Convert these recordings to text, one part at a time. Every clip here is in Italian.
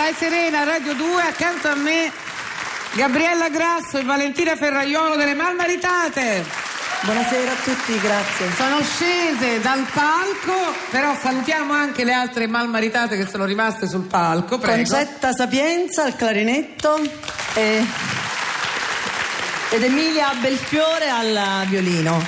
Vai Serena, Radio 2, accanto a me Gabriella Grasso e Valentina Ferraiolo delle Malmaritate. Buonasera a tutti, grazie. Sono scese dal palco, però salutiamo anche le altre Malmaritate che sono rimaste sul palco. Prego. Concetta Sapienza al clarinetto ed Emilia Belfiore al violino.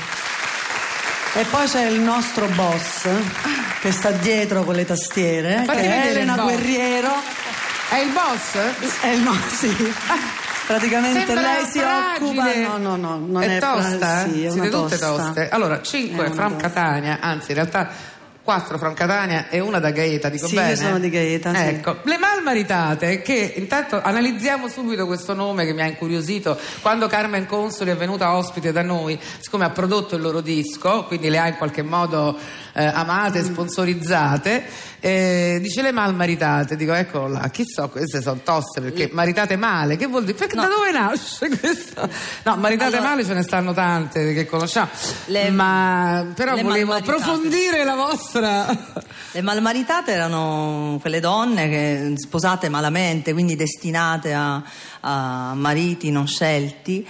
E poi c'è il nostro boss che sta dietro con le tastiere, che è Elena Guerriero. È il boss? È il sì. Praticamente sembra lei si fragile. occupa. No, non è tosta? Sì, è siete una tutte toste. Allora, 5 from Catania, anzi in realtà 4 from Catania e una da Gaeta, dico sì, bene? Io sono di Gaeta, sì. Ecco, le Malmaritate, che intanto analizziamo subito questo nome che mi ha incuriosito quando Carmen Consoli è venuta ospite da noi, siccome ha prodotto il loro disco, quindi le ha in qualche modo amate, sponsorizzate. Dice le Malmaritate, dico ecco là, chi so, queste sono toste perché maritate male, che vuol dire? Perché no. Da dove nasce questo? No, maritate male ce ne stanno tante che conosciamo, ma però volevo approfondire la vostra. Le Malmaritate erano quelle donne che sposate malamente, quindi destinate a mariti non scelti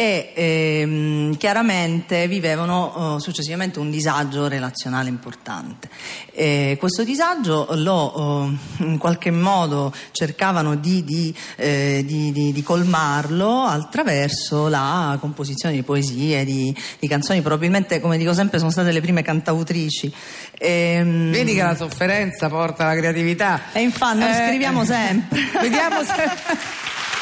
e chiaramente vivevano successivamente un disagio relazionale importante. Questo disagio in qualche modo cercavano di colmarlo attraverso la composizione di poesie, di canzoni. Probabilmente, come dico sempre, sono state le prime cantautrici. Vedi che la sofferenza porta alla creatività. E infatti noi scriviamo sempre. Vediamo se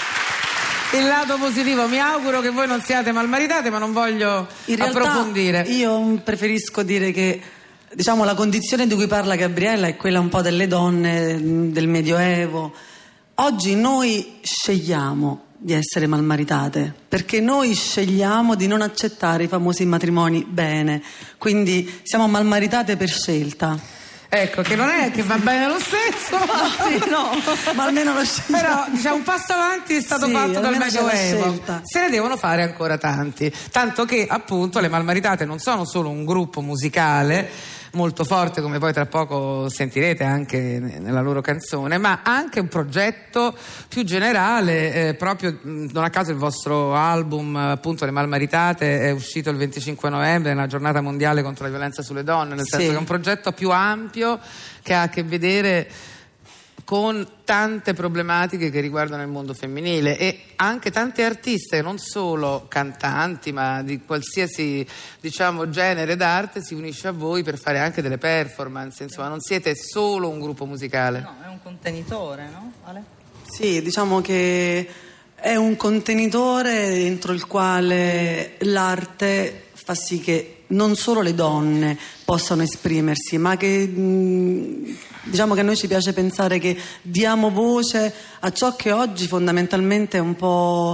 il lato positivo. Mi auguro che voi non siate malmaritate, ma non voglio approfondire. Io preferisco dire che, diciamo, la condizione di cui parla Gabriella è quella un po' delle donne del Medioevo. Oggi noi scegliamo di essere malmaritate perché noi scegliamo di non accettare i famosi matrimoni bene, quindi siamo malmaritate per scelta. Ecco, che non è che va bene lo stesso, no, ma almeno lo scegliamo. Però diciamo un passo avanti è stato fatto dal Medioevo. Se ne devono fare ancora tanti, tanto che appunto le Malmaritate non sono solo un gruppo musicale molto forte, come poi tra poco sentirete anche nella loro canzone, ma anche un progetto più generale, proprio non a caso il vostro album, appunto Le Malmaritate, è uscito il 25 novembre, nella giornata mondiale contro la violenza sulle donne, nel senso che è un progetto più ampio che ha a che vedere con tante problematiche che riguardano il mondo femminile e anche tante artiste, non solo cantanti ma di qualsiasi, diciamo, genere d'arte si unisce a voi per fare anche delle performance, insomma non siete solo un gruppo musicale. No, è un contenitore, no? Ale? Sì, diciamo che è un contenitore dentro il quale l'arte fa sì che non solo le donne possano esprimersi, ma che diciamo che a noi ci piace pensare che diamo voce a ciò che oggi fondamentalmente è un po'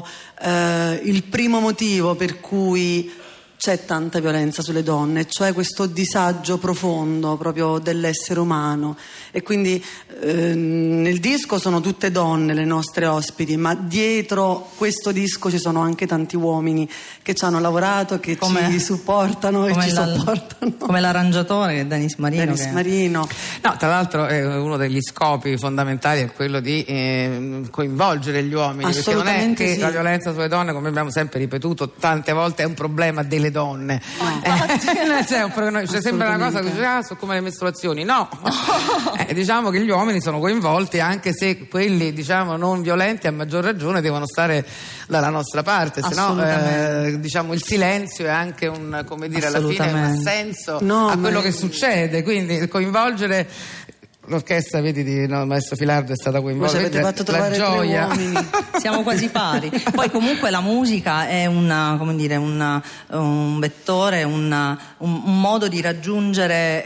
il primo motivo per cui c'è tanta violenza sulle donne, cioè questo disagio profondo proprio dell'essere umano. E quindi nel disco sono tutte donne le nostre ospiti, ma dietro questo disco ci sono anche tanti uomini che ci hanno lavorato, che ci supportano e ci sopportano. Come l'arrangiatore che è Denis Marino. Marino. No, tra l'altro uno degli scopi fondamentali è quello di coinvolgere gli uomini, perché non è che la violenza sulle donne, come abbiamo sempre ripetuto tante volte, è un problema delle donne. Cioè, sembra una cosa che sono come le mestruazioni. No, diciamo che gli uomini sono coinvolti, anche se quelli, diciamo, non violenti a maggior ragione devono stare dalla nostra parte, se no diciamo il silenzio è anche un, come dire, alla fine un assenso a quello che succede, quindi coinvolgere l'orchestra, vedi, di Maestro Filardo è stata coinvolta. Ci avete fatto trovare la gioia. Siamo quasi pari. Poi comunque la musica è un vettore, un modo di raggiungere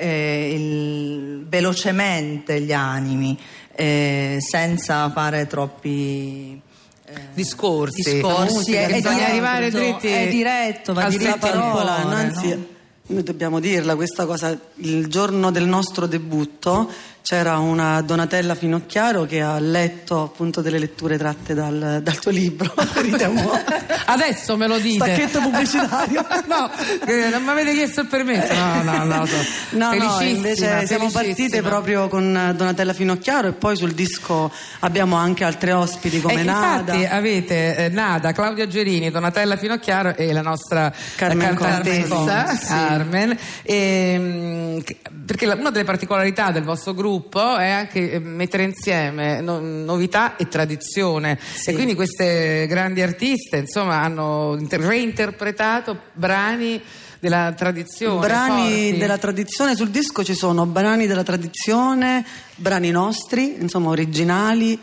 velocemente gli animi, senza fare troppi discorsi bisogna arrivare dritti, è diretto, va diretto alla parola, Noi dobbiamo dirla questa cosa: il giorno del nostro debutto c'era una Donatella Finocchiaro che ha letto appunto delle letture tratte dal tuo libro. Adesso me lo dite. Stacchetto pubblicitario. No, non mi avete chiesto il permesso. No, invece siamo partite proprio con Donatella Finocchiaro e poi sul disco abbiamo anche altre ospiti come Nada. Infatti avete Nada, Claudia Gerini, Donatella Finocchiaro e la nostra cantantessa Carmen. Perché una delle particolarità del vostro gruppo è anche mettere insieme novità e tradizione, e quindi queste grandi artiste insomma hanno reinterpretato brani della tradizione. Brani della tradizione, sul disco ci sono brani della tradizione, brani nostri, insomma originali,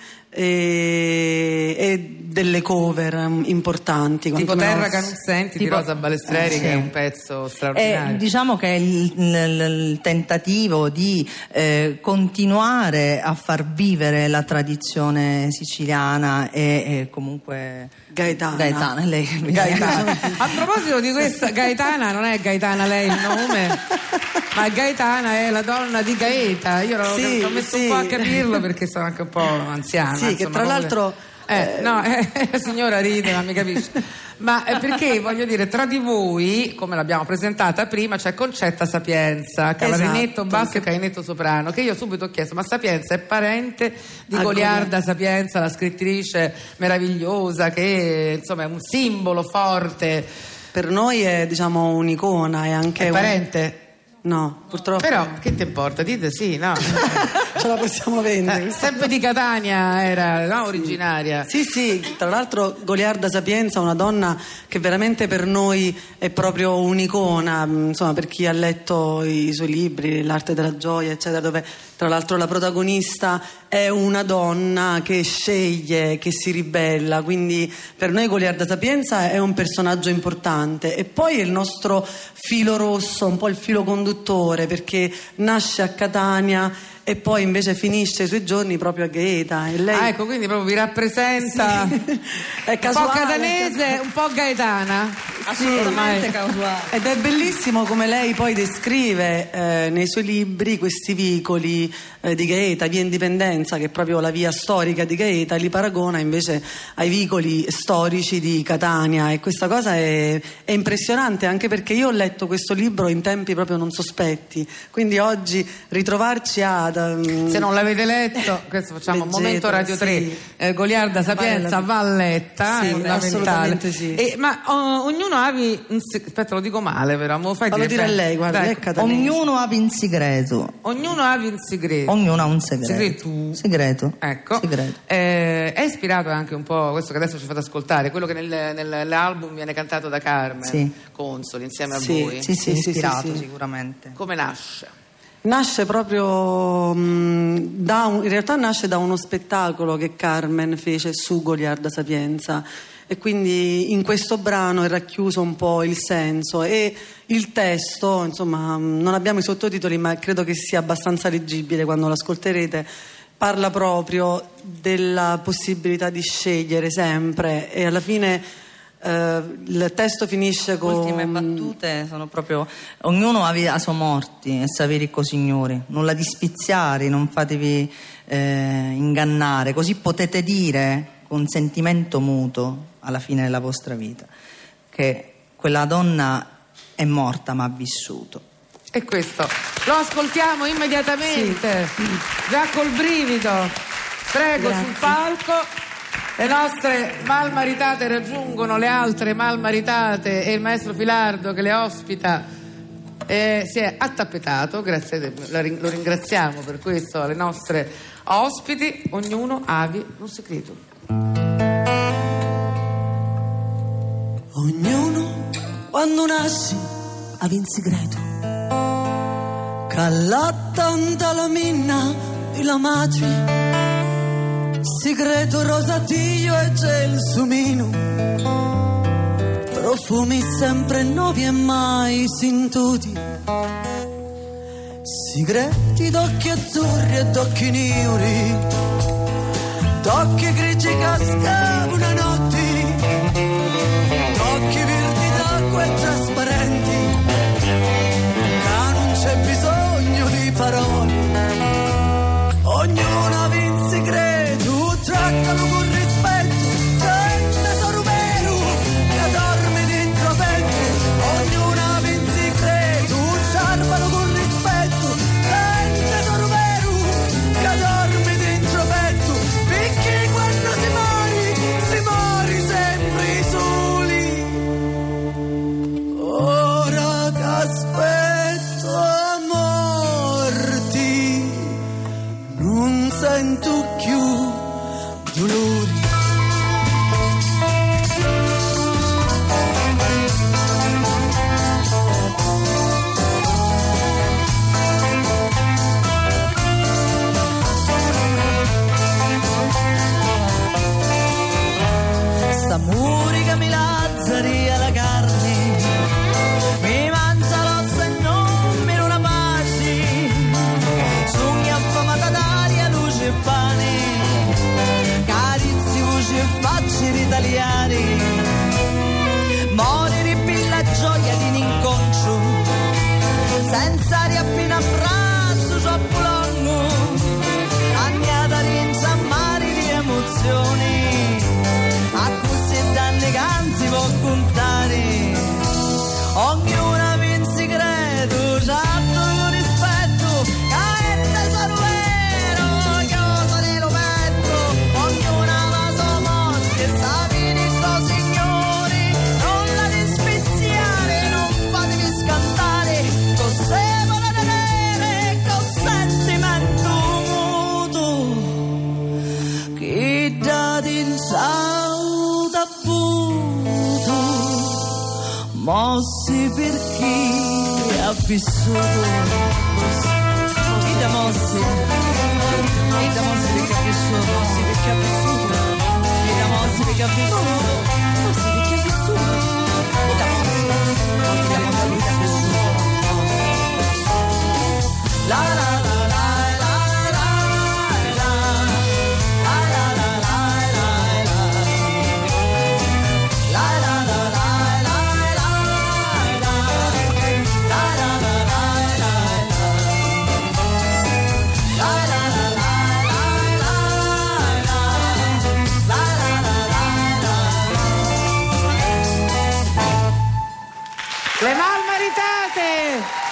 e delle cover importanti tipo Terra Canuzzenti di Rosa Balestreri, che è un pezzo straordinario. Diciamo che il tentativo di continuare a far vivere la tradizione siciliana e comunque Gaetana, lei. Gaetana. A proposito di questa, Gaetana non è Gaetana lei il nome, ma Gaetana è la donna di Gaeta. Io ho messo un po' a capirlo perché sono anche un po' anziana. Sì, insomma, che tra l'altro signora ride, ma mi capisce. Ma perché voglio dire, tra di voi, come l'abbiamo presentata prima, c'è Concetta Sapienza, clarinetto basso e clarinetto soprano, che io subito ho chiesto: ma Sapienza è parente di Goliarda Sapienza, la scrittrice meravigliosa che insomma è un simbolo forte? Per noi è, diciamo, un'icona, è anche parente? No, purtroppo. Però che ti importa? Dite sì, no? Ce la possiamo vendere. Sempre di Catania era, no, originaria. Sì, tra l'altro Goliarda Sapienza, una donna che veramente per noi è proprio un'icona, insomma, per chi ha letto i suoi libri, L'arte della gioia, eccetera, dove tra l'altro la protagonista è una donna che sceglie, che si ribella, quindi per noi Goliarda Sapienza è un personaggio importante. E poi è il nostro filo rosso, un po' il filo conduttore, perché nasce a Catania e poi invece finisce i suoi giorni proprio a Gaeta. E lei... ecco, quindi proprio vi rappresenta. Sì. È casuale, un po' catanese, un po' gaetana. Assolutamente casuale. Ed è bellissimo come lei poi descrive nei suoi libri questi vicoli di Gaeta, via Indipendenza, che è proprio la via storica di Gaeta, e li paragona invece ai vicoli storici di Catania, e questa cosa è impressionante, anche perché io ho letto questo libro in tempi proprio non sospetti, quindi oggi ritrovarci se non l'avete letto, questo facciamo un momento Radio 3, Goliarda Sapienza Valletta, è fondamentale. Sì. Ma ognuno avi aspetta, lo dico male, però fallo dire a lei, guarda, ognuno avi in segreto. Ognuno avi in segreto. Ognuno ha un segreto. Segreto. Ecco. Segreto. È ispirato anche un po' questo che adesso ci fate ascoltare, quello che nell'album viene cantato da Carmen Consoli insieme a voi. Sì, ispirato sicuramente. Come nasce? Nasce proprio in realtà nasce da uno spettacolo che Carmen fece su Goliarda Sapienza, e quindi in questo brano è racchiuso un po' il senso, e il testo, insomma, non abbiamo i sottotitoli, ma credo che sia abbastanza leggibile quando l'ascolterete. Parla proprio della possibilità di scegliere sempre, e alla fine il testo finisce con... Le ultime battute sono proprio: ognuno ha a suo morti e sapere signori, non la dispiziare, non fatevi ingannare, così potete dire con sentimento muto alla fine della vostra vita che quella donna è morta ma ha vissuto. E questo lo ascoltiamo immediatamente, già col brivido. Prego. Grazie. Sul palco le nostre malmaritate raggiungono le altre malmaritate, e il maestro Filardo che le ospita si è attappetato, grazie, lo ringraziamo per questo, alle nostre ospiti. Ognuno avi un segreto. Ognuno quando nasci avi un segreto, che tanta la minna e la madre, segreto rosatiglio e gelsomino, profumi sempre nuovi e mai sintuti, segreti d'occhi azzurri e d'occhi neri, d'occhi grigi che scavano notti, d'occhi verdi d'acqua e trasparenti, che non c'è bisogno di parole, dolori. S'amore che mi lazzari alla carne, mi mangia l'ossa e non mi una pace, sogni affamata d'aria, luce e pane, carizi, voci e facce ritagliare, morire per la gioia di un incontro, senza aria appena abbraccio, troppo lungo, agnata rinzammare di emozioni. Danni che anzi può contare, ognuno aveva un segreto, certo con rispetto, che è tesoro vero, cosa nello petto, ognuno aveva sua morte, sapete cosa signori, non la dispeziare, non fatevi scantare, cos'è volete vedere, col sentimento muto, che date in mossi per chi ha vissuto, chi da mossi perché ha vissuto, mossi perché ha vissuto, chi da mossi perché ha vissuto, mossi perché ha vissuto, chi da mossi perché ha vissuto, la la la. Le Malmaritate!